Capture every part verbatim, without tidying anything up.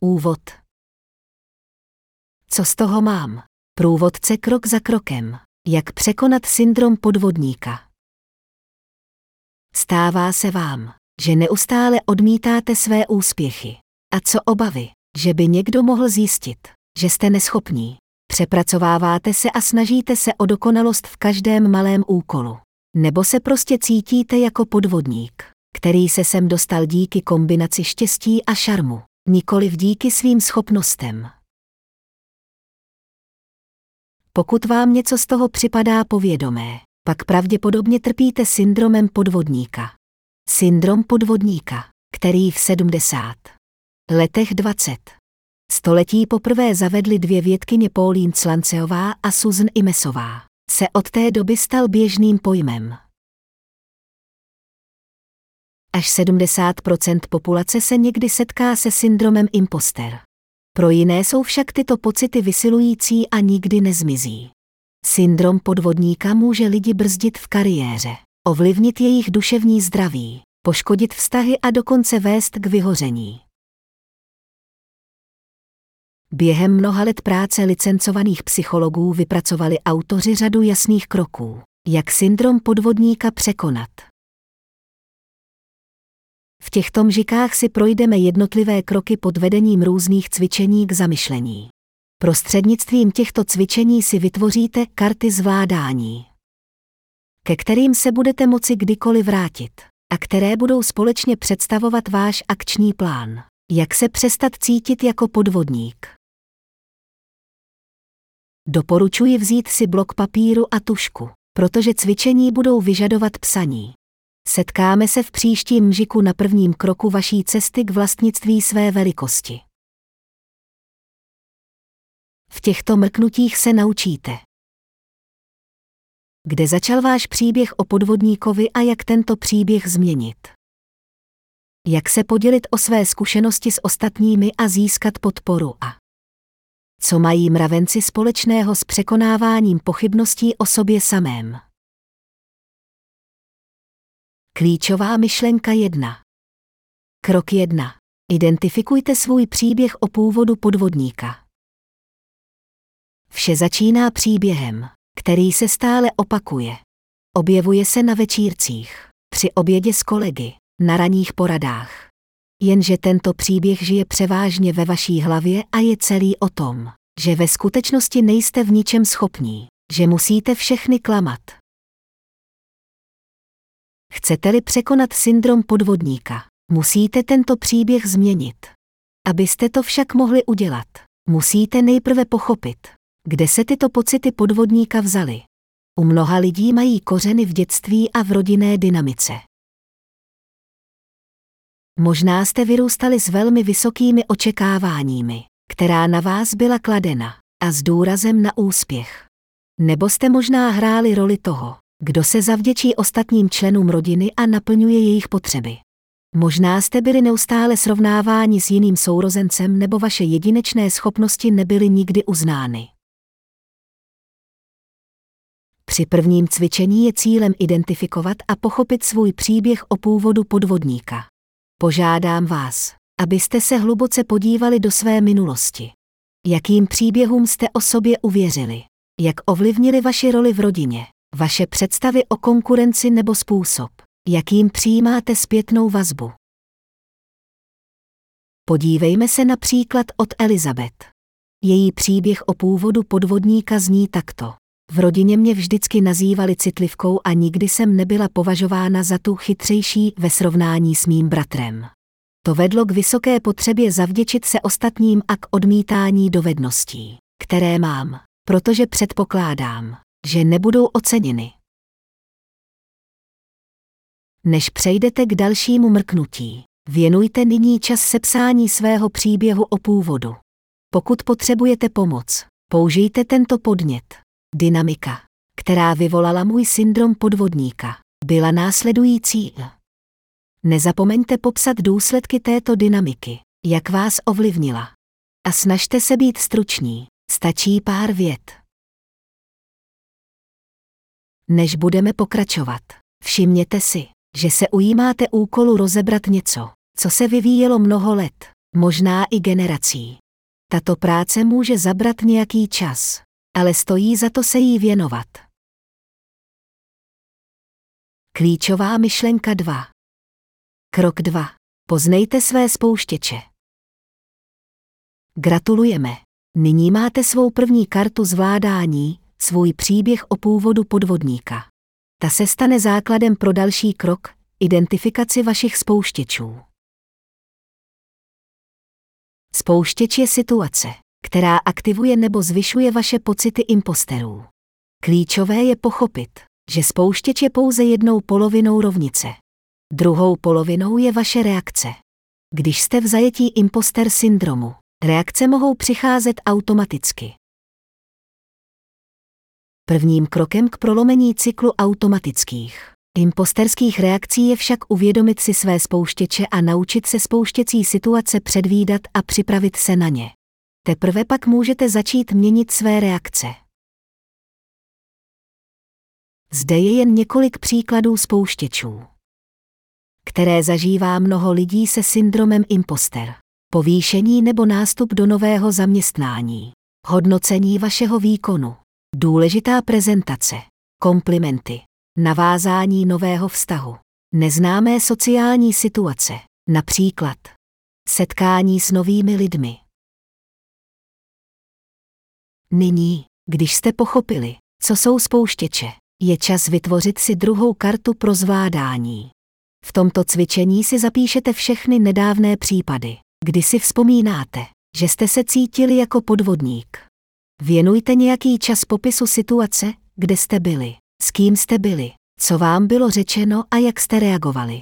Úvod. Co z toho mám? Průvodce krok za krokem. Jak překonat syndrom podvodníka? Stává se vám, že neustále odmítáte své úspěchy. A co obavy, že by někdo mohl zjistit, že jste neschopní? Přepracováváte se a snažíte se o dokonalost v každém malém úkolu. Nebo se prostě cítíte jako podvodník, který se sem dostal díky kombinaci štěstí a šarmu, nikoliv díky svým schopnostem. Pokud vám něco z toho připadá povědomé, pak pravděpodobně trpíte syndromem podvodníka. Syndrom podvodníka, který v sedmdesátých letech dvacátého století poprvé zavedly dvě vědkyně Pauline Clancyová a Susan Imesová, se od té doby stal běžným pojmem. Až sedmdesát procent populace se někdy setká se syndromem imposter. Pro jiné jsou však tyto pocity vysilující a nikdy nezmizí. Syndrom podvodníka může lidi brzdit v kariéře, ovlivnit jejich duševní zdraví, poškodit vztahy a dokonce vést k vyhoření. Během mnoha let práce licencovaných psychologů vypracovali autoři řadu jasných kroků, jak syndrom podvodníka překonat. V těchto mžikách si projdeme jednotlivé kroky pod vedením různých cvičení k zamyšlení. Prostřednictvím těchto cvičení si vytvoříte karty zvládání, ke kterým se budete moci kdykoliv vrátit a které budou společně představovat váš akční plán, jak se přestat cítit jako podvodník. Doporučuji vzít si blok papíru a tužku, protože cvičení budou vyžadovat psaní. Setkáme se v příštím mžiku na prvním kroku vaší cesty k vlastnictví své velikosti. V těchto mrknutích se naučíte, kde začal váš příběh o podvodníkovi a jak tento příběh změnit. Jak se podělit o své zkušenosti s ostatními a získat podporu a co mají mravenci společného s překonáváním pochybností o sobě samém. Klíčová myšlenka jedna. Krok jedna. Identifikujte svůj příběh o původu podvodníka. Vše začíná příběhem, který se stále opakuje. Objevuje se na večírcích, při obědě s kolegy, na ranních poradách. Jenže tento příběh žije převážně ve vaší hlavě a je celý o tom, že ve skutečnosti nejste v ničem schopní, že musíte všechny klamat. Chcete-li překonat syndrom podvodníka, musíte tento příběh změnit. Abyste to však mohli udělat, musíte nejprve pochopit, kde se tyto pocity podvodníka vzaly. U mnoha lidí mají kořeny v dětství a v rodinné dynamice. Možná jste vyrůstali s velmi vysokými očekáváními, která na vás byla kladena, a s důrazem na úspěch. Nebo jste možná hráli roli toho, kdo se zavděčí ostatním členům rodiny a naplňuje jejich potřeby. Možná jste byli neustále srovnáváni s jiným sourozencem nebo vaše jedinečné schopnosti nebyly nikdy uznány. Při prvním cvičení je cílem identifikovat a pochopit svůj příběh o původu podvodníka. Požádám vás, abyste se hluboce podívali do své minulosti. Jakým příběhům jste o sobě uvěřili? Jak ovlivnili vaši roli v rodině? Vaše představy o konkurenci nebo způsob, jakým přijímáte zpětnou vazbu? Podívejme se na příklad od Elizabeth. Její příběh o původu podvodníka zní takto. V rodině mě vždycky nazývali citlivkou a nikdy jsem nebyla považována za tu chytřejší ve srovnání s mým bratrem. To vedlo k vysoké potřebě zavděčit se ostatním a k odmítání dovedností, které mám, protože předpokládám, že nebudou oceněny. Než přejdete k dalšímu mrknutí, věnujte nyní čas sepsání svého příběhu o původu. Pokud potřebujete pomoc, použijte tento podnět. Dynamika, která vyvolala můj syndrom podvodníka, byla následující. Nezapomeňte popsat důsledky této dynamiky, jak vás ovlivnila. A snažte se být struční, stačí pár vět. Než budeme pokračovat, všimněte si, že se ujímáte úkolu rozebrat něco, co se vyvíjelo mnoho let, možná i generací. Tato práce může zabrat nějaký čas, ale stojí za to se jí věnovat. Klíčová myšlenka dva. Krok dva. Poznejte své spouštěče. Gratulujeme. Nyní máte svou první kartu zvládání, svůj příběh o původu podvodníka. Ta se stane základem pro další krok, identifikaci vašich spouštěčů. Spouštěč je situace, která aktivuje nebo zvyšuje vaše pocity imposterů. Klíčové je pochopit, že spouštěč je pouze jednou polovinou rovnice. Druhou polovinou je vaše reakce. Když jste v zajetí imposter syndromu, reakce mohou přicházet automaticky. Prvním krokem k prolomení cyklu automatických imposterských reakcí je však uvědomit si své spouštěče a naučit se spouštěcí situace předvídat a připravit se na ně. Teprve pak můžete začít měnit své reakce. Zde je jen několik příkladů spouštěčů, které zažívá mnoho lidí se syndromem imposter. Povýšení nebo nástup do nového zaměstnání. Hodnocení vašeho výkonu. Důležitá prezentace. Komplimenty. Navázání nového vztahu. Neznámé sociální situace. Například setkání s novými lidmi. Nyní, když jste pochopili, co jsou spouštěče, je čas vytvořit si druhou kartu pro zvládání. V tomto cvičení si zapíšete všechny nedávné případy, kdy si vzpomínáte, že jste se cítili jako podvodník. Věnujte nějaký čas popisu situace, kde jste byli, s kým jste byli, co vám bylo řečeno a jak jste reagovali.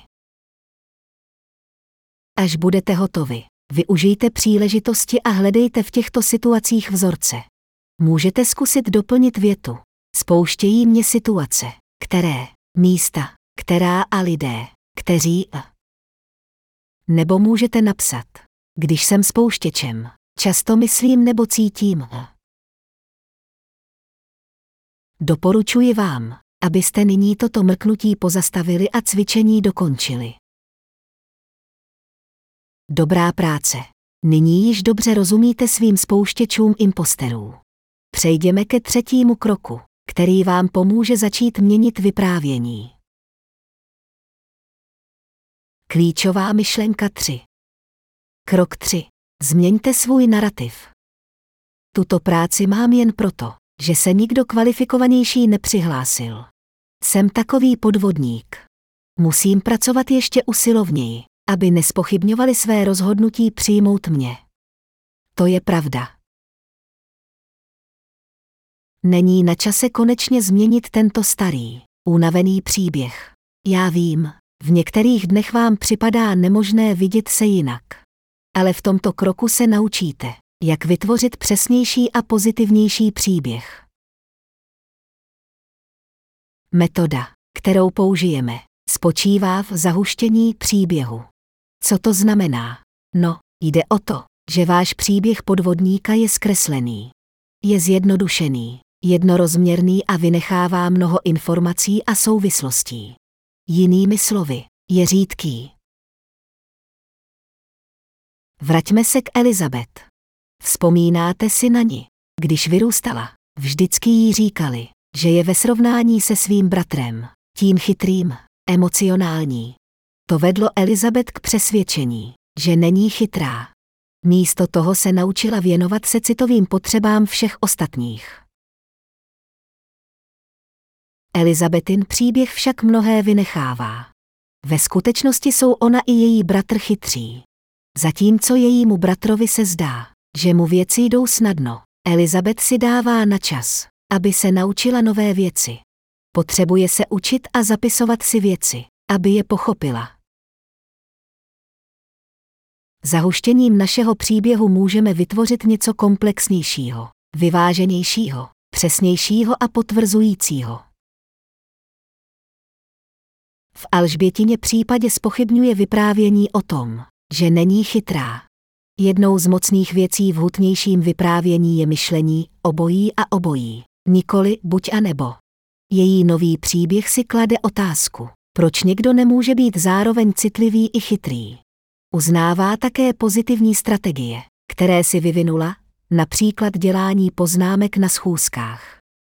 Až budete hotovi, využijte příležitosti a hledejte v těchto situacích vzorce. Můžete zkusit doplnit větu. Spouštějí mě situace, které, místa, která a lidé, kteří a. Nebo můžete napsat, když jsem spouštěčem, často myslím nebo cítím a. Doporučuji vám, abyste nyní toto mrknutí pozastavili a cvičení dokončili. Dobrá práce. Nyní již dobře rozumíte svým spouštěčům imposterů. Přejdeme ke třetímu kroku, který vám pomůže začít měnit vyprávění. Klíčová myšlenka tři. Krok tři. Změňte svůj narativ. Tuto práci mám jen proto, že se nikdo kvalifikovanější nepřihlásil. Jsem takový podvodník. Musím pracovat ještě usilovněji, aby nespochybňovali své rozhodnutí přijmout mě. To je pravda. Není na čase konečně změnit tento starý, unavený příběh. Já vím, v některých dnech vám připadá nemožné vidět se jinak. Ale v tomto kroku se naučíte, jak vytvořit přesnější a pozitivnější příběh. Metoda, kterou použijeme, spočívá v zahuštění příběhu. Co to znamená? No, jde o to, že váš příběh podvodníka je zkreslený. Je zjednodušený, jednorozměrný a vynechává mnoho informací a souvislostí. Jinými slovy, je řídký. Vraťme se k Elizabeth. Vzpomínáte si na ni? Když vyrůstala, vždycky jí říkali, že je ve srovnání se svým bratrem, tím chytrým, emocionální. To vedlo Elizabeth k přesvědčení, že není chytrá. Místo toho se naučila věnovat se citovým potřebám všech ostatních. Elizabethin příběh však mnohé vynechává. Ve skutečnosti jsou ona i její bratr chytří. Zatímco jejímu bratrovi se zdá, že mu věci jdou snadno, Elizabeth si dává na čas, aby se naučila nové věci. Potřebuje se učit a zapisovat si věci, aby je pochopila. Zahuštěním našeho příběhu můžeme vytvořit něco komplexnějšího, vyváženějšího, přesnějšího a potvrzujícího. V Alžbětině případě zpochybňuje vyprávění o tom, že není chytrá. Jednou z mocných věcí v hutnějším vyprávění je myšlení obojí a obojí, nikoli buď a nebo. Její nový příběh si klade otázku, proč někdo nemůže být zároveň citlivý i chytrý. Uznává také pozitivní strategie, které si vyvinula, například dělání poznámek na schůzkách.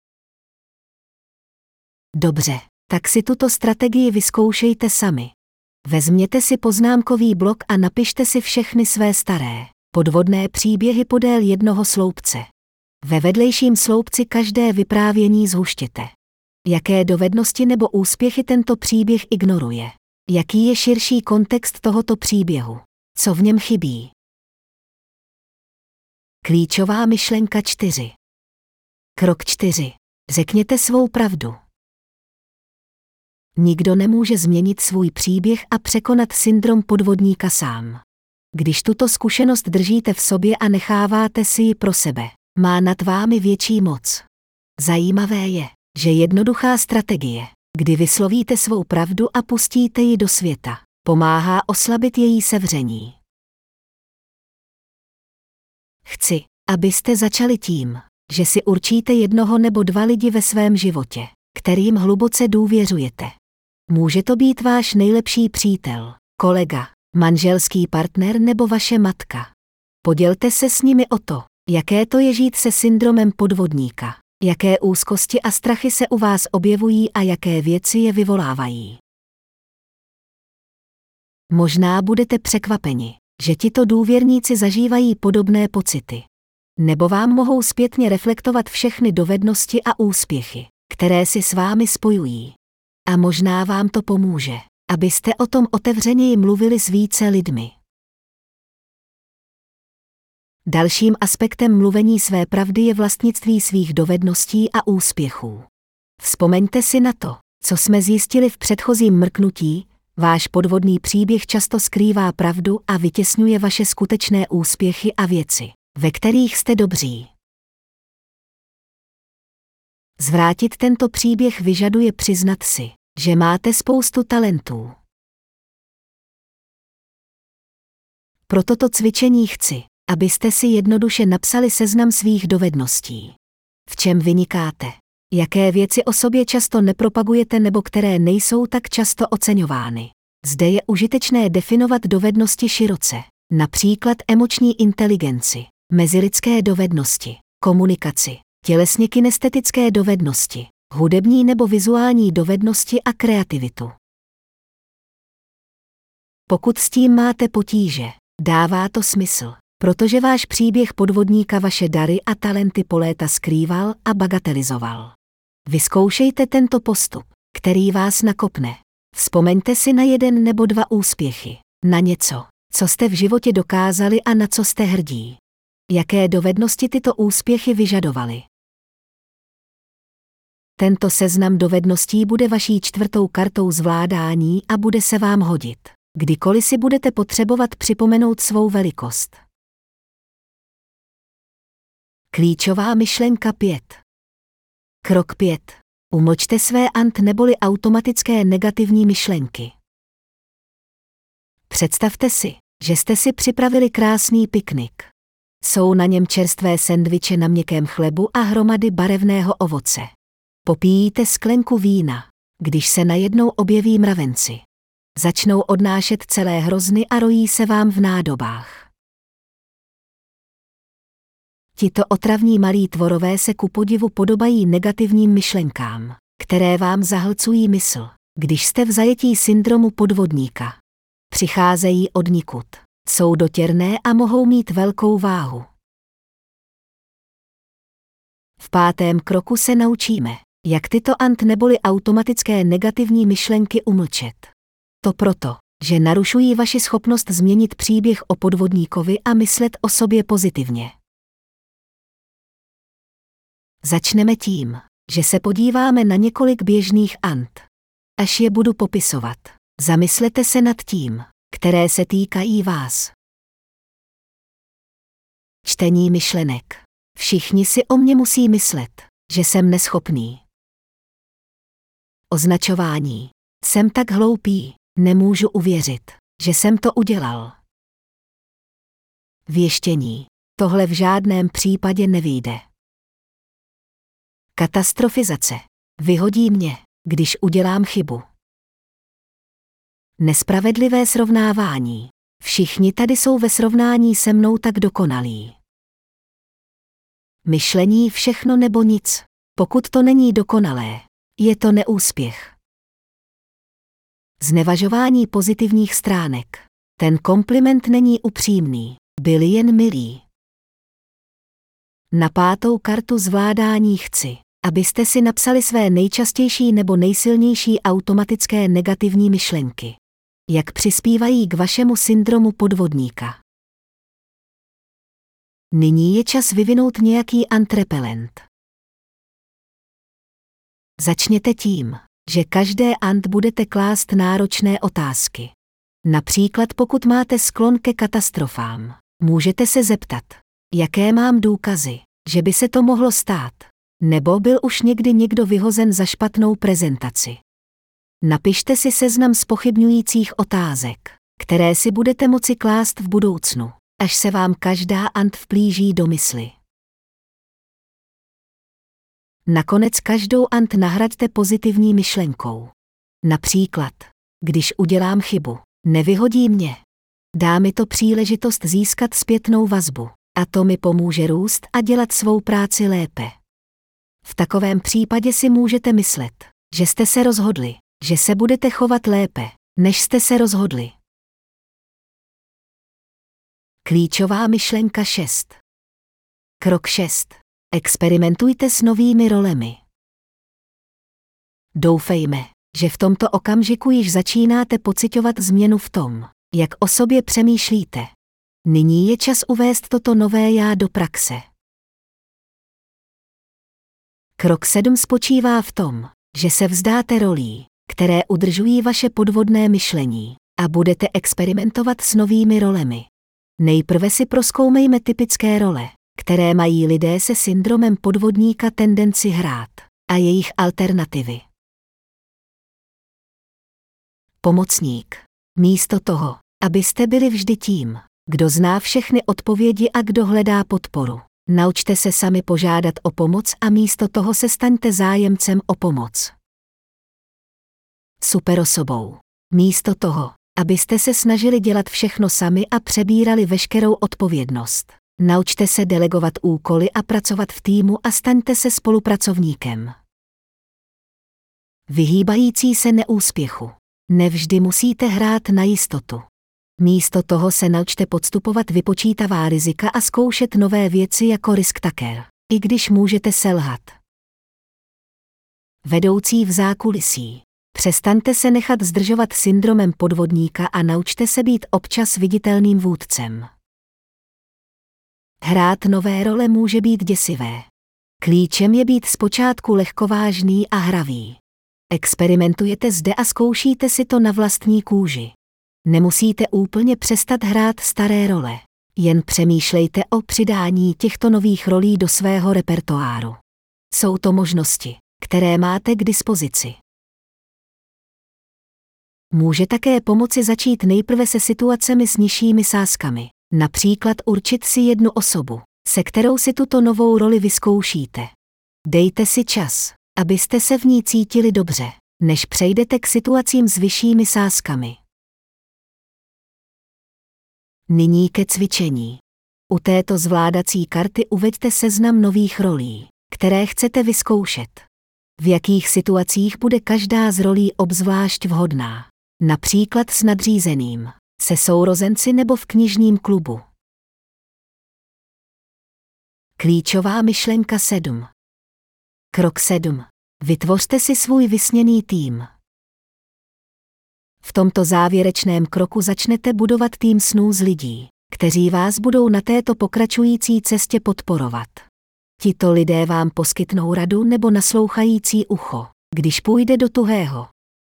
Dobře, tak si tuto strategii vyzkoušejte sami. Vezměte si poznámkový blok a napište si všechny své staré, podvodné příběhy podél jednoho sloupce. Ve vedlejším sloupci každé vyprávění zhuštěte. Jaké dovednosti nebo úspěchy tento příběh ignoruje? Jaký je širší kontext tohoto příběhu? Co v něm chybí? Klíčová myšlenka čtyři. Krok čtyři. Řekněte svou pravdu. Nikdo nemůže změnit svůj příběh a překonat syndrom podvodníka sám. Když tuto zkušenost držíte v sobě a necháváte si ji pro sebe, má nad vámi větší moc. Zajímavé je, že jednoduchá strategie, kdy vyslovíte svou pravdu a pustíte ji do světa, pomáhá oslabit její sevření. Chci, abyste začali tím, že si určíte jednoho nebo dva lidi ve svém životě, kterým hluboce důvěřujete. Může to být váš nejlepší přítel, kolega, manželský partner nebo vaše matka. Podělte se s nimi o to, jaké to je žít se syndromem podvodníka, jaké úzkosti a strachy se u vás objevují a jaké věci je vyvolávají. Možná budete překvapeni, že tito důvěrníci zažívají podobné pocity. Nebo vám mohou zpětně reflektovat všechny dovednosti a úspěchy, které si s vámi spojují. A možná vám to pomůže, abyste o tom otevřeněji mluvili s více lidmi. Dalším aspektem mluvení své pravdy je vlastnictví svých dovedností a úspěchů. Vzpomeňte si na to, co jsme zjistili v předchozím mrknutí, váš podvodný příběh často skrývá pravdu a vytěsňuje vaše skutečné úspěchy a věci, ve kterých jste dobří. Zvrátit tento příběh vyžaduje přiznat si, že máte spoustu talentů. Pro toto cvičení chci, abyste si jednoduše napsali seznam svých dovedností. V čem vynikáte? Jaké věci o sobě často nepropagujete nebo které nejsou tak často oceňovány? Zde je užitečné definovat dovednosti široce, například emoční inteligenci, mezilidské dovednosti, komunikaci, tělesně kinestetické dovednosti, hudební nebo vizuální dovednosti a kreativitu. Pokud s tím máte potíže, dává to smysl, protože váš příběh podvodníka vaše dary a talenty po léta skrýval a bagatelizoval. Vyzkoušejte tento postup, který vás nakopne. Vzpomeňte si na jeden nebo dva úspěchy, na něco, co jste v životě dokázali a na co jste hrdí. Jaké dovednosti tyto úspěchy vyžadovaly? Tento seznam dovedností bude vaší čtvrtou kartou zvládání a bude se vám hodit, kdykoliv si budete potřebovat připomenout svou velikost. Klíčová myšlenka pět. Krok pět. Umlčte své ant neboli automatické negativní myšlenky. Představte si, že jste si připravili krásný piknik. Jsou na něm čerstvé sendviče na měkkém chlebu a hromady barevného ovoce. Popíjíte sklenku vína, když se najednou objeví mravenci. Začnou odnášet celé hrozny a rojí se vám v nádobách. Tito otravní malí tvorové se ku podivu podobají negativním myšlenkám, které vám zahlcují mysl, když jste v zajetí syndromu podvodníka. Přicházejí odnikud, jsou dotěrné a mohou mít velkou váhu. V pátém kroku se naučíme, jak tyto ant neboli automatické negativní myšlenky umlčet. To proto, že narušují vaši schopnost změnit příběh o podvodníkovi a myslet o sobě pozitivně. Začneme tím, že se podíváme na několik běžných ant. Až je budu popisovat, zamyslete se nad tím, které se týkají vás. Čtení myšlenek. Všichni si o mě musí myslet, že jsem neschopný. Označování. Jsem tak hloupý, nemůžu uvěřit, že jsem to udělal. Věštění. Tohle v žádném případě nevyjde. Katastrofizace. Vyhodí mě, když udělám chybu. Nespravedlivé srovnávání. Všichni tady jsou ve srovnání se mnou tak dokonalí. Myšlení všechno nebo nic. Pokud to není dokonalé, je to neúspěch. Znevažování pozitivních stránek. Ten kompliment není upřímný, byl jen milý. Na pátou kartu zvládání chci, abyste si napsali své nejčastější nebo nejsilnější automatické negativní myšlenky. Jak přispívají k vašemu syndromu podvodníka. Nyní je čas vyvinout nějaký antrepelent. Začněte tím, že každé ant budete klást náročné otázky. Například pokud máte sklon ke katastrofám, můžete se zeptat, jaké mám důkazy, že by se to mohlo stát, nebo byl už někdy někdo vyhozen za špatnou prezentaci. Napište si seznam zpochybňujících otázek, které si budete moci klást v budoucnu, až se vám každá ant vplíží do mysli. Nakonec každou ant nahraďte pozitivní myšlenkou. Například, když udělám chybu, nevyhodí mě. Dá mi to příležitost získat zpětnou vazbu, a to mi pomůže růst a dělat svou práci lépe. V takovém případě si můžete myslet, že jste se rozhodli, že se budete chovat lépe, než jste se rozhodli. Klíčová myšlenka šest. Krok šest. Experimentujte s novými rolemi. Doufejme, že v tomto okamžiku již začínáte pociťovat změnu v tom, jak o sobě přemýšlíte. Nyní je čas uvést toto nové já do praxe. Krok sedm spočívá v tom, že se vzdáte rolí, které udržují vaše podvodné myšlení, a budete experimentovat s novými rolemi. Nejprve si prozkoumejme typické role, které mají lidé se syndromem podvodníka tendenci hrát, a jejich alternativy. Pomocník. Místo toho, abyste byli vždy tím, kdo zná všechny odpovědi a kdo hledá podporu, naučte se sami požádat o pomoc a místo toho se staňte zájemcem o pomoc. Superosobou. Místo toho, abyste se snažili dělat všechno sami a přebírali veškerou odpovědnost, naučte se delegovat úkoly a pracovat v týmu a staňte se spolupracovníkem. Vyhýbající se neúspěchu. Nevždy musíte hrát na jistotu. Místo toho se naučte podstupovat vypočítavá rizika a zkoušet nové věci jako risk taker, i když můžete selhat. Vedoucí v zákulisí. Přestaňte se nechat zdržovat syndromem podvodníka a naučte se být občas viditelným vůdcem. Hrát nové role může být děsivé. Klíčem je být zpočátku lehkovážný a hravý. Experimentujete zde a zkoušíte si to na vlastní kůži. Nemusíte úplně přestat hrát staré role. Jen přemýšlejte o přidání těchto nových rolí do svého repertoáru. Jsou to možnosti, které máte k dispozici. Může také pomoci začít nejprve se situacemi s nižšími sázkami. Například určit si jednu osobu, se kterou si tuto novou roli vyzkoušíte. Dejte si čas, abyste se v ní cítili dobře, než přejdete k situacím s vyššími sázkami. Nyní ke cvičení. U této zvládací karty uveďte seznam nových rolí, které chcete vyzkoušet. V jakých situacích bude každá z rolí obzvlášť vhodná. Například s nadřízeným, se sourozenci nebo v knižním klubu. Klíčová myšlenka sedm. Krok sedm. Vytvořte si svůj vysněný tým. V tomto závěrečném kroku začnete budovat tým snů z lidí, kteří vás budou na této pokračující cestě podporovat. Tito lidé vám poskytnou radu nebo naslouchající ucho, když půjde do tuhého.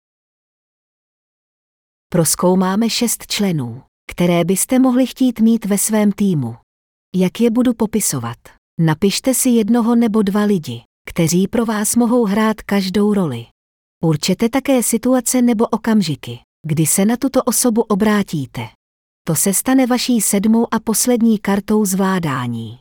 Prozkoumáme šest členů, které byste mohli chtít mít ve svém týmu. Jak je budu popisovat? Napište si jednoho nebo dva lidi, kteří pro vás mohou hrát každou roli. Určete také situace nebo okamžiky, kdy se na tuto osobu obrátíte. To se stane vaší sedmou a poslední kartou zvládání.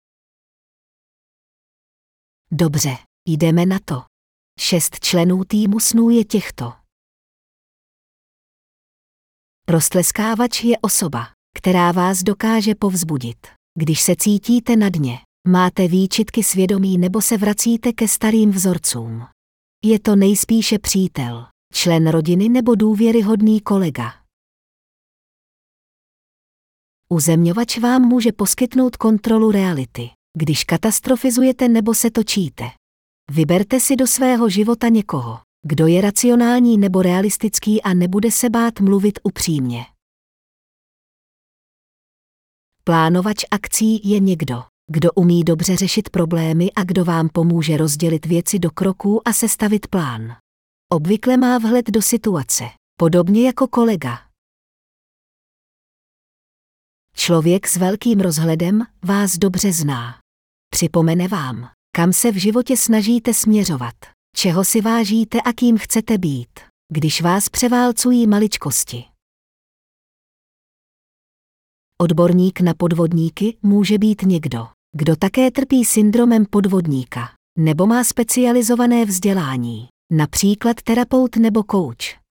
Dobře, jdeme na to. Šest členů týmu snů je těchto. Roztleskávač je osoba, která vás dokáže povzbudit, když se cítíte na dně, máte výčitky svědomí nebo se vracíte ke starým vzorcům. Je to nejspíše přítel, člen rodiny nebo důvěryhodný kolega. Uzemňovač vám může poskytnout kontrolu reality, když katastrofizujete nebo se točíte. Vyberte si do svého života někoho, kdo je racionální nebo realistický a nebude se bát mluvit upřímně. Plánovač akcí je někdo, kdo umí dobře řešit problémy a kdo vám pomůže rozdělit věci do kroků a sestavit plán. Obvykle má vhled do situace, podobně jako kolega. Člověk s velkým rozhledem vás dobře zná. Připomene vám, kam se v životě snažíte směřovat, čeho si vážíte a kým chcete být, když vás převálcují maličkosti. Odborník na podvodníky může být někdo, kdo také trpí syndromem podvodníka, nebo má specializované vzdělání, například terapeut nebo kouč.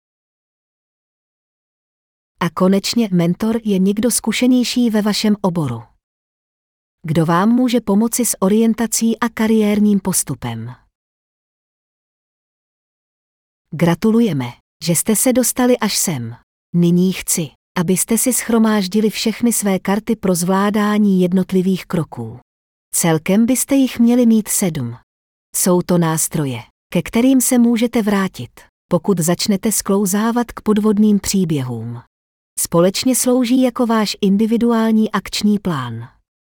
A konečně mentor je někdo zkušenější ve vašem oboru, kdo vám může pomoci s orientací a kariérním postupem. Gratulujeme, že jste se dostali až sem. Nyní chci, abyste si shromáždili všechny své karty pro zvládání jednotlivých kroků. Celkem byste jich měli mít sedm. Jsou to nástroje, ke kterým se můžete vrátit, pokud začnete sklouzávat k podvodným příběhům. Společně slouží jako váš individuální akční plán.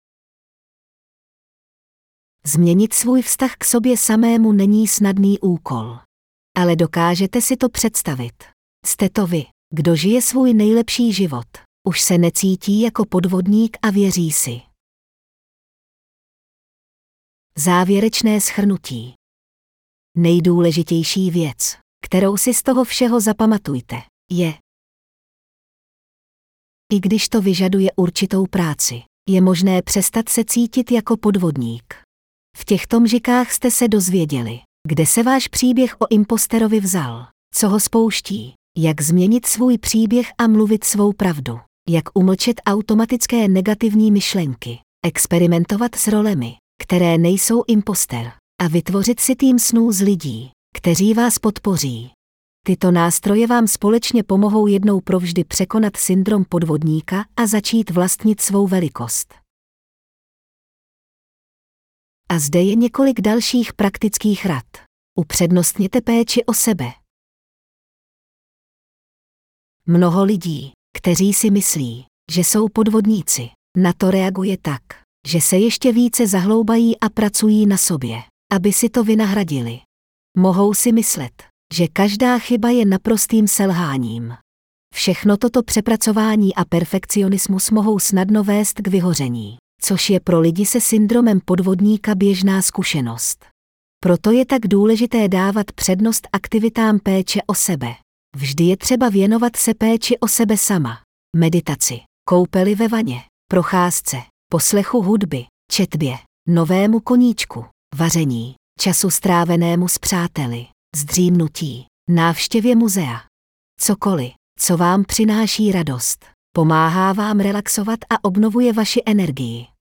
Změnit svůj vztah k sobě samému není snadný úkol. Ale dokážete si to představit. Jste to vy, kdo žije svůj nejlepší život. Už se necítí jako podvodník a věří si. Závěrečné shrnutí. Nejdůležitější věc, kterou si z toho všeho zapamatujte, je: i když to vyžaduje určitou práci, je možné přestat se cítit jako podvodník. V těchto mžikách jste se dozvěděli, kde se váš příběh o imposterovi vzal, co ho spouští, jak změnit svůj příběh a mluvit svou pravdu, jak umlčet automatické negativní myšlenky, experimentovat s rolemi, které nejsou imposter, a vytvořit si tým snů z lidí, kteří vás podpoří. Tyto nástroje vám společně pomohou jednou provždy překonat syndrom podvodníka a začít vlastnit svou velikost. A zde je několik dalších praktických rad. Upřednostněte péči o sebe. Mnoho lidí, kteří si myslí, že jsou podvodníci, na to reaguje tak, že se ještě více zahloubají a pracují na sobě, aby si to vynahradili. Mohou si myslet, že každá chyba je naprostým selháním. Všechno toto přepracování a perfekcionismus mohou snadno vést k vyhoření, což je pro lidi se syndromem podvodníka běžná zkušenost. Proto je tak důležité dávat přednost aktivitám péče o sebe. Vždy je třeba věnovat se péči o sebe sama. Meditaci, koupeli ve vaně, procházce, poslechu hudby, četbě, novému koníčku, vaření, času strávenému s přáteli, zdřímnutí, návštěvě muzea. Cokoliv, co vám přináší radost, pomáhá vám relaxovat a obnovuje vaši energii.